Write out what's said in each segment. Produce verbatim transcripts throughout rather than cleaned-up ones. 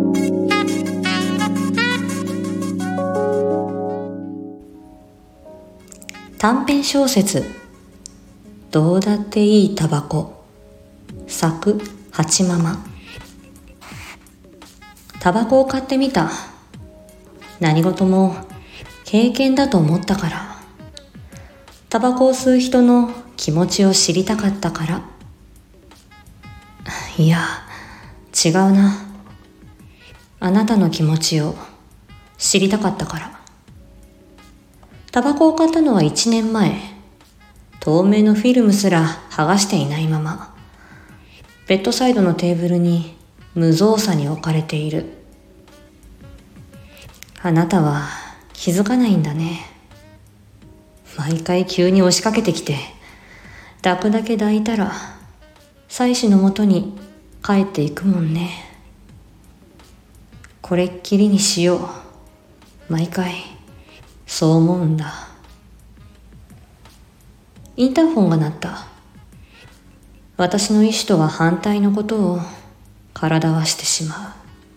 短編小説どうだっていいタバコ、作ハチママ。タバコを買ってみた。何事も経験だと思ったから。タバコを吸う人の気持ちを知りたかったから。いや、違うな。あなたの気持ちを知りたかったから。タバコを買ったのはいちねんまえ。透明のフィルムすら剥がしていないまま、ベッドサイドのテーブルに無造作に置かれている。あなたは気づかないんだね。毎回急に押しかけてきて、抱くだけ抱いたら、妻子のもとに帰っていくもんね。これっきりにしよう。毎回、そう思うんだ。インターホンが鳴った。私の意思とは反対のことを体はしてしまう。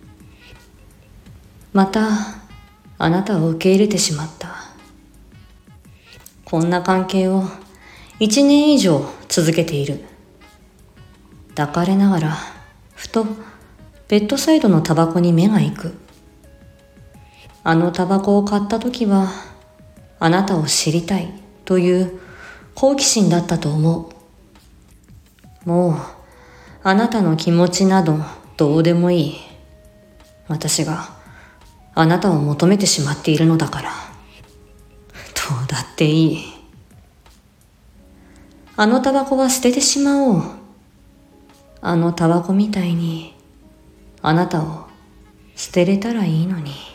また、あなたを受け入れてしまった。こんな関係を一年以上続けている。抱かれながら、ふとベッドサイドのタバコに目が行く。あのタバコを買った時は、あなたを知りたいという好奇心だったと思う。もう、あなたの気持ちなどどうでもいい。私があなたを求めてしまっているのだから。どうだっていい。あのタバコは捨ててしまおう。あのタバコみたいに、あなたを捨てれたらいいのに。